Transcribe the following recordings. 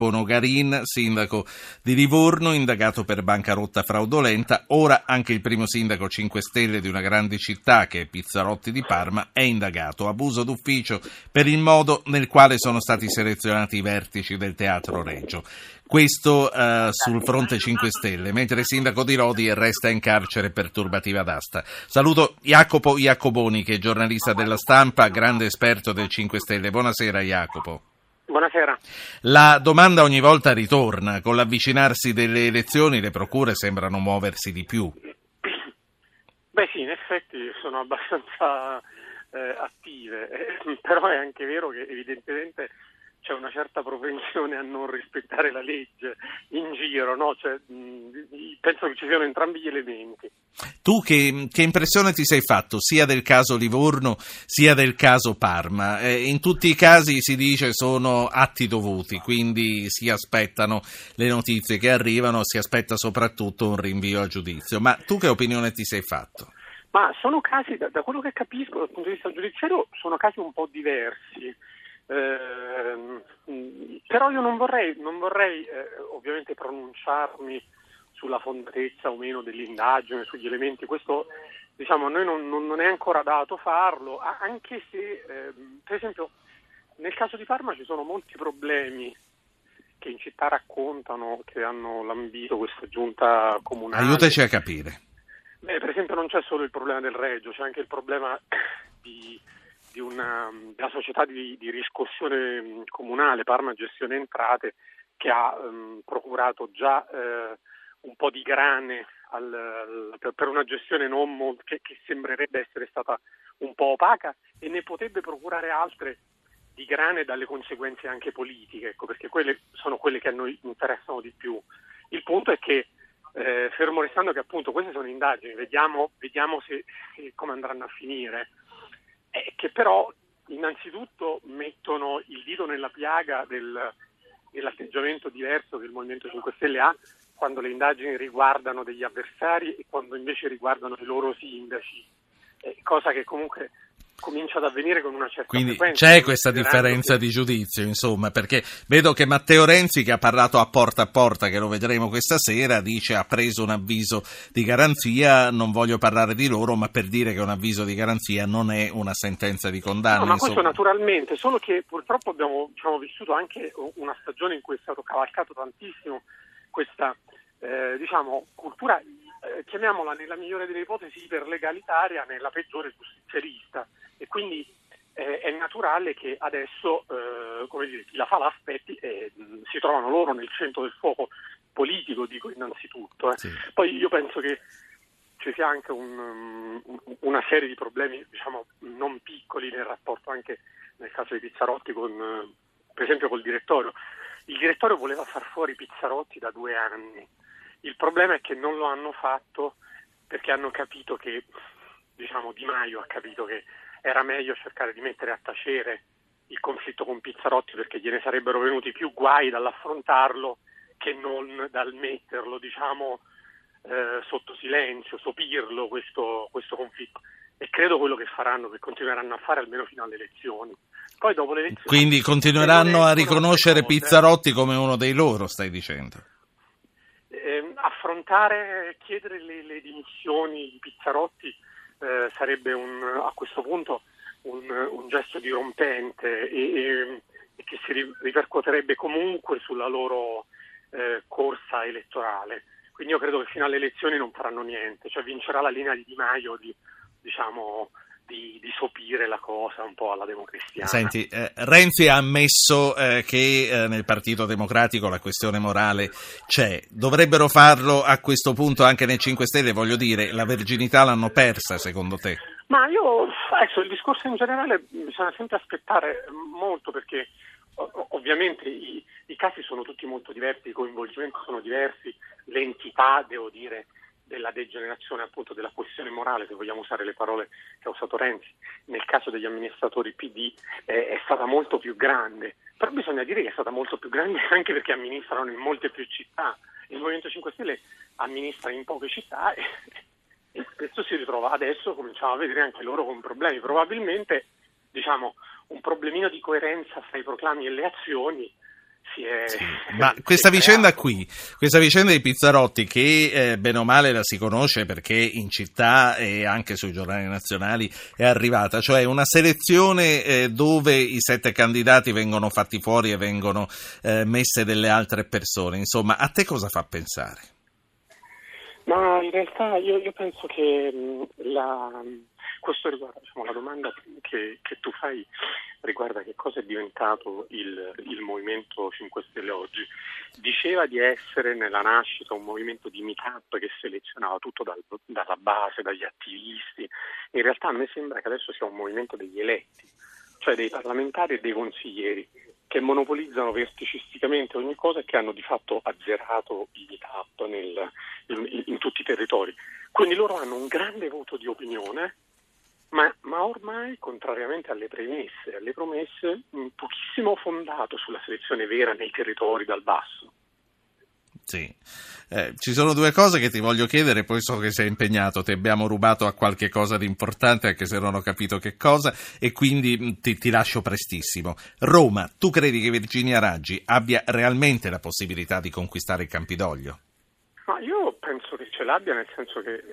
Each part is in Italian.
Garin, sindaco di Livorno, indagato per bancarotta fraudolenta. Ora anche il primo sindaco 5 Stelle di una grande città, che è Pizzarotti di Parma, è indagato. Abuso d'ufficio per il modo nel quale sono stati selezionati i vertici del Teatro Regio. Questo sul fronte 5 Stelle, mentre il sindaco di Lodi resta in carcere per turbativa d'asta. Saluto Jacopo Iacoboni, che è giornalista della Stampa, grande esperto del 5 Stelle. Buonasera Jacopo. Buonasera. La domanda ogni volta ritorna: con l'avvicinarsi delle elezioni le procure sembrano muoversi di più. Beh sì, in effetti sono abbastanza attive, però è anche vero che evidentemente c'è una certa propensione a non rispettare la legge in giro, no? Cioè, penso che ci siano entrambi gli elementi. Tu che impressione ti sei fatto sia del caso Livorno sia del caso Parma? In tutti i casi si dice sono atti dovuti, quindi si aspettano le notizie che arrivano, si aspetta soprattutto un rinvio a giudizio. Ma tu che opinione ti sei fatto? Ma sono casi, da quello che capisco dal punto di vista giudiziario, sono casi un po' diversi. Però io non vorrei ovviamente pronunciarmi sulla fondatezza o meno dell'indagine, sugli elementi. Questo, diciamo, a noi non è ancora dato farlo, anche se per esempio nel caso di Parma ci sono molti problemi che in città raccontano, che hanno lambito questa giunta comunale. Aiutaci a capire. Beh, per esempio non c'è solo il problema del Regio, c'è anche il problema della società di riscossione comunale, Parma Gestione Entrate, che ha procurato già un po' di grane per una gestione che sembrerebbe essere stata un po' opaca, e ne potrebbe procurare altre di grane dalle conseguenze anche politiche, ecco, perché quelle sono quelle che a noi interessano di più. Il punto è che fermo restando che appunto queste sono indagini, vediamo se come andranno a finire, che però innanzitutto mettono il dito nella piaga dell'atteggiamento diverso che il Movimento 5 Stelle ha quando le indagini riguardano degli avversari e quando invece riguardano i loro sindaci, cosa che comunque comincia ad avvenire con una certa frequenza. Quindi c'è questa differenza di giudizio, insomma, perché vedo che Matteo Renzi, che ha parlato a porta, che lo vedremo questa sera, dice ha preso un avviso di garanzia. Non voglio parlare di loro, ma per dire che un avviso di garanzia non è una sentenza di condanna. No, ma questo naturalmente, solo che purtroppo abbiamo vissuto anche una stagione in cui è stato cavalcato tantissimo questa cultura, chiamiamola nella migliore delle ipotesi iperlegalitaria, nella peggiore giustizialista, e quindi è naturale che adesso chi la fa l'aspetti e si trovano loro nel centro del fuoco politico, dico innanzitutto. Sì. Poi io penso che ci sia anche una serie di problemi, diciamo, non piccoli nel rapporto, anche nel caso di Pizzarotti per esempio col direttorio. Il direttorio voleva far fuori Pizzarotti da 2 anni. Il problema è che non lo hanno fatto perché hanno capito che, diciamo, Di Maio ha capito che era meglio cercare di mettere a tacere il conflitto con Pizzarotti, perché gliene sarebbero venuti più guai dall'affrontarlo che non dal metterlo, diciamo, sotto silenzio, sopirlo questo conflitto. E credo quello che faranno, che continueranno a fare almeno fino alle elezioni. Poi dopo le elezioni, quindi continueranno a riconoscere Pizzarotti come uno dei loro, stai dicendo? Chiedere le dimissioni di Pizzarotti sarebbe a questo punto un gesto dirompente e che si ripercuoterebbe comunque sulla loro corsa elettorale. Quindi io credo che fino alle elezioni non faranno niente, cioè vincerà la linea di Di Maio di sopire la cosa un po' alla democristiana. Senti, Renzi ha ammesso che nel Partito Democratico la questione morale c'è. Dovrebbero farlo a questo punto anche nel 5 Stelle, voglio dire, la verginità l'hanno persa secondo te? Ma io, il discorso in generale bisogna sempre aspettare molto, perché ovviamente i casi sono tutti molto diversi, i coinvolgimenti sono diversi, le entità, devo dire, della degenerazione, appunto, della questione morale, se vogliamo usare le parole che ha usato Renzi, nel caso degli amministratori PD è stata molto più grande, però bisogna dire che è stata molto più grande anche perché amministrano in molte più città. Il Movimento 5 Stelle amministra in poche città e spesso si ritrova, adesso cominciamo a vedere anche loro con problemi, probabilmente, diciamo, un problemino di coerenza fra i proclami e le azioni Sì, ma questa vicenda di Pizzarotti, che bene o male la si conosce perché in città e anche sui giornali nazionali è arrivata, cioè una selezione dove i 7 candidati vengono fatti fuori e vengono messe delle altre persone, insomma, a te cosa fa pensare? Ma in realtà io penso che questo riguarda, diciamo, la domanda che tu fai riguarda che cosa è diventato il Movimento 5 Stelle oggi. Diceva di essere nella nascita un movimento di meetup che selezionava tutto dalla base, dagli attivisti. In realtà a me sembra che adesso sia un movimento degli eletti, cioè dei parlamentari e dei consiglieri, che monopolizzano verticisticamente ogni cosa e che hanno di fatto azzerato i meetup in tutti i territori. Quindi loro hanno un grande voto di opinione, ma ormai, contrariamente alle promesse, pochissimo fondato sulla selezione vera nei territori dal basso. Sì, ci sono 2 cose che ti voglio chiedere, poi so che sei impegnato, ti abbiamo rubato a qualche cosa di importante anche se non ho capito che cosa e quindi ti lascio prestissimo. Roma, tu credi che Virginia Raggi abbia realmente la possibilità di conquistare il Campidoglio? Ma io penso che ce l'abbia, nel senso che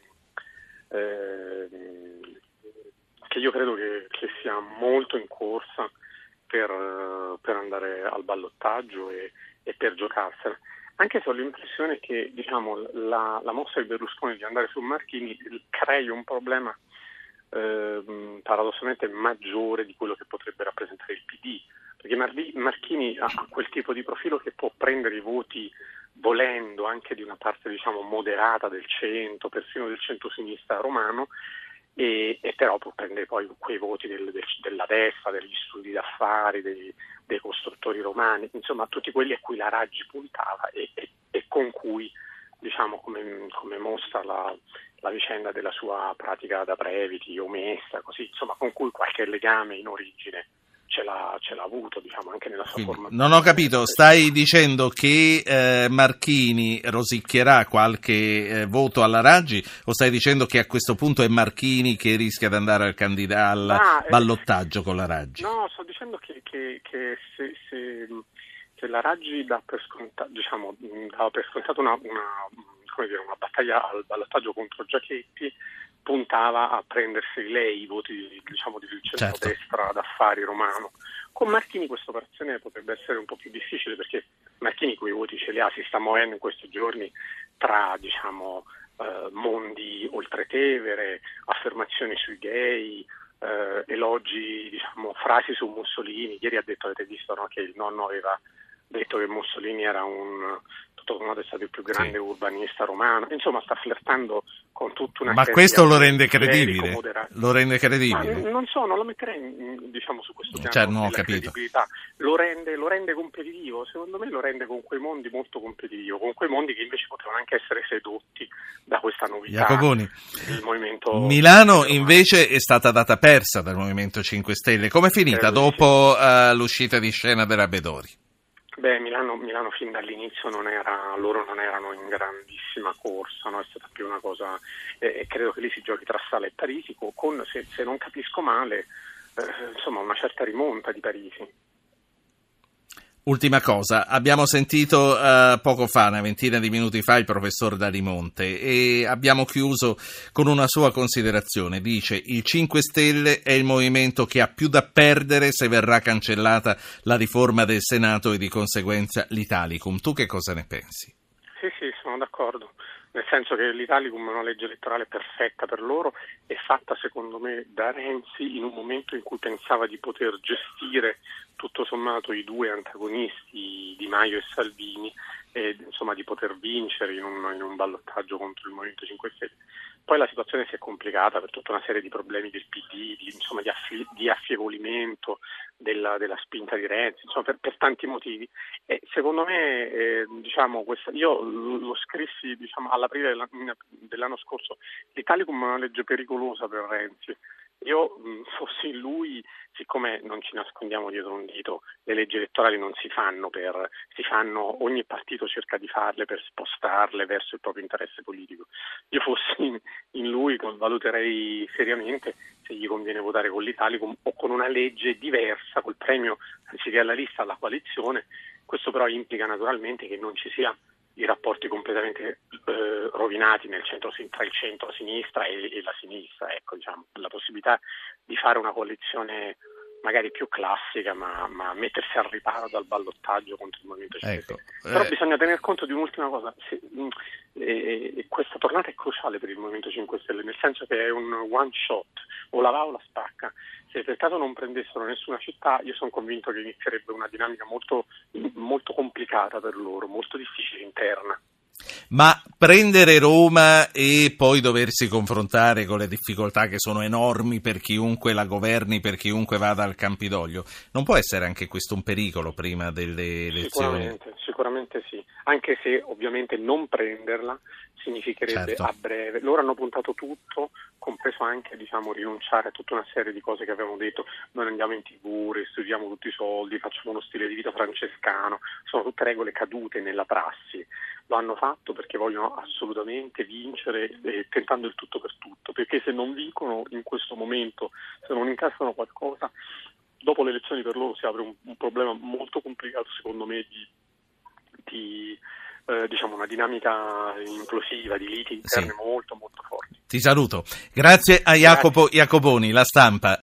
io credo che sia molto in corsa per andare al ballottaggio e per giocarsela. Anche se ho l'impressione che, diciamo, la mossa di Berlusconi di andare su Marchini crei un problema paradossalmente maggiore di quello che potrebbe rappresentare il PD, perché Marchini ha quel tipo di profilo che può prendere i voti volendo anche di una parte, diciamo, moderata del centro, persino del centro-sinistra romano, e però può prendere poi quei voti della destra, degli studi d'affari, dei costruttori romani, insomma tutti quelli a cui la Raggi puntava e con cui, diciamo, come mostra la vicenda della sua pratica da Previti, omessa, così, insomma, con cui qualche legame in origine ce l'ha avuto, diciamo, anche nella sua forma. Non ho capito, stai dicendo che Marchini rosicchierà qualche voto alla Raggi o stai dicendo che a questo punto è Marchini che rischia di andare al ballottaggio con la Raggi? No, sto dicendo che se la Raggi dava per scontato una battaglia al ballottaggio contro Giachetti, puntava a prendersi lei i voti, diciamo, del centro-destra d'affari romano. Con Marchini questa operazione potrebbe essere un po' più difficile, perché Marchini quei voti ce li ha, si sta muovendo in questi giorni tra, diciamo, mondi oltretevere, affermazioni sui gay, elogi, diciamo, frasi su Mussolini. Ieri ha detto, avete visto, no, che il nonno aveva detto che Mussolini era tutto sommato è stato il più grande urbanista romano, insomma sta flirtando con tutta una Ma serie questo di lo rende credibile? Lo rende credibile? Non so, non lo metterei, diciamo, su questo piano, cioè, non ho della capito. credibilità. Lo rende competitivo, secondo me lo rende con quei mondi molto competitivo, con quei mondi che invece potevano anche essere sedotti da questa novità. Jacoponi, il movimento Milano invece è stata data persa dal Movimento 5 Stelle. Com'è finita dopo l'uscita di scena della Bedori? Beh, Milano fin dall'inizio loro non erano in grandissima corsa, no? È stata più una cosa, credo che lì si giochi tra Sala e Parisi, con se non capisco male, insomma, una certa rimonta di Parisi. Ultima cosa, abbiamo sentito poco fa, una ventina di minuti fa, il professor Dalimonte e abbiamo chiuso con una sua considerazione. Dice: il 5 Stelle è il movimento che ha più da perdere se verrà cancellata la riforma del Senato e di conseguenza l'Italicum. Tu che cosa ne pensi? Sì, sono d'accordo. Nel senso che l'Italicum è una legge elettorale perfetta per loro, è fatta secondo me da Renzi in un momento in cui pensava di poter gestire tutto sommato i 2 antagonisti Di Maio e Salvini e, insomma, di poter vincere in un ballottaggio contro il Movimento 5 Stelle. Poi la situazione si è complicata per tutta una serie di problemi del PD, di affievolimento della spinta di Renzi, insomma, per tanti motivi. E secondo me, diciamo, io lo scrissi, diciamo, all'aprile dell'anno scorso: l'Italicum è una legge pericolosa per Renzi. Io, fossi in lui, siccome non ci nascondiamo dietro un dito, le leggi elettorali non si fanno ogni partito cerca di farle per spostarle verso il proprio interesse politico. Io fossi in lui, valuterei seriamente se gli conviene votare con l'Italicum o con una legge diversa, col premio, anziché alla lista, alla coalizione, Questo però implica naturalmente che non ci sia i rapporti completamente rovinati tra il centro-sinistra e la sinistra, ecco, diciamo, la possibilità di fare una coalizione magari più classica, ma mettersi al riparo dal ballottaggio contro il Movimento 5 Stelle. Però bisogna tener conto di un'ultima cosa, questa tornata è cruciale per il Movimento 5 Stelle, nel senso che è un one shot, o la va o la stacca. Se per caso non prendessero nessuna città, io sono convinto che inizierebbe una dinamica molto, molto complicata per loro, molto difficile interna. Ma prendere Roma e poi doversi confrontare con le difficoltà che sono enormi per chiunque la governi, per chiunque vada al Campidoglio, non può essere anche questo un pericolo prima delle elezioni? Sicuramente sì, anche se ovviamente non prenderla significherebbe a breve. Loro hanno puntato tutto, compreso anche rinunciare a tutta una serie di cose che avevano detto: noi andiamo in TV, restituiamo tutti i soldi, facciamo uno stile di vita francescano. Sono tutte regole cadute nella prassi. Lo hanno fatto perché vogliono assolutamente vincere, tentando il tutto per tutto, perché se non vincono in questo momento, se non incassano qualcosa, dopo le elezioni per loro si apre un problema molto complicato, secondo me, di una dinamica implosiva, di liti interne molto molto forti. Ti saluto. Grazie a Jacopo Jacoponi, La Stampa.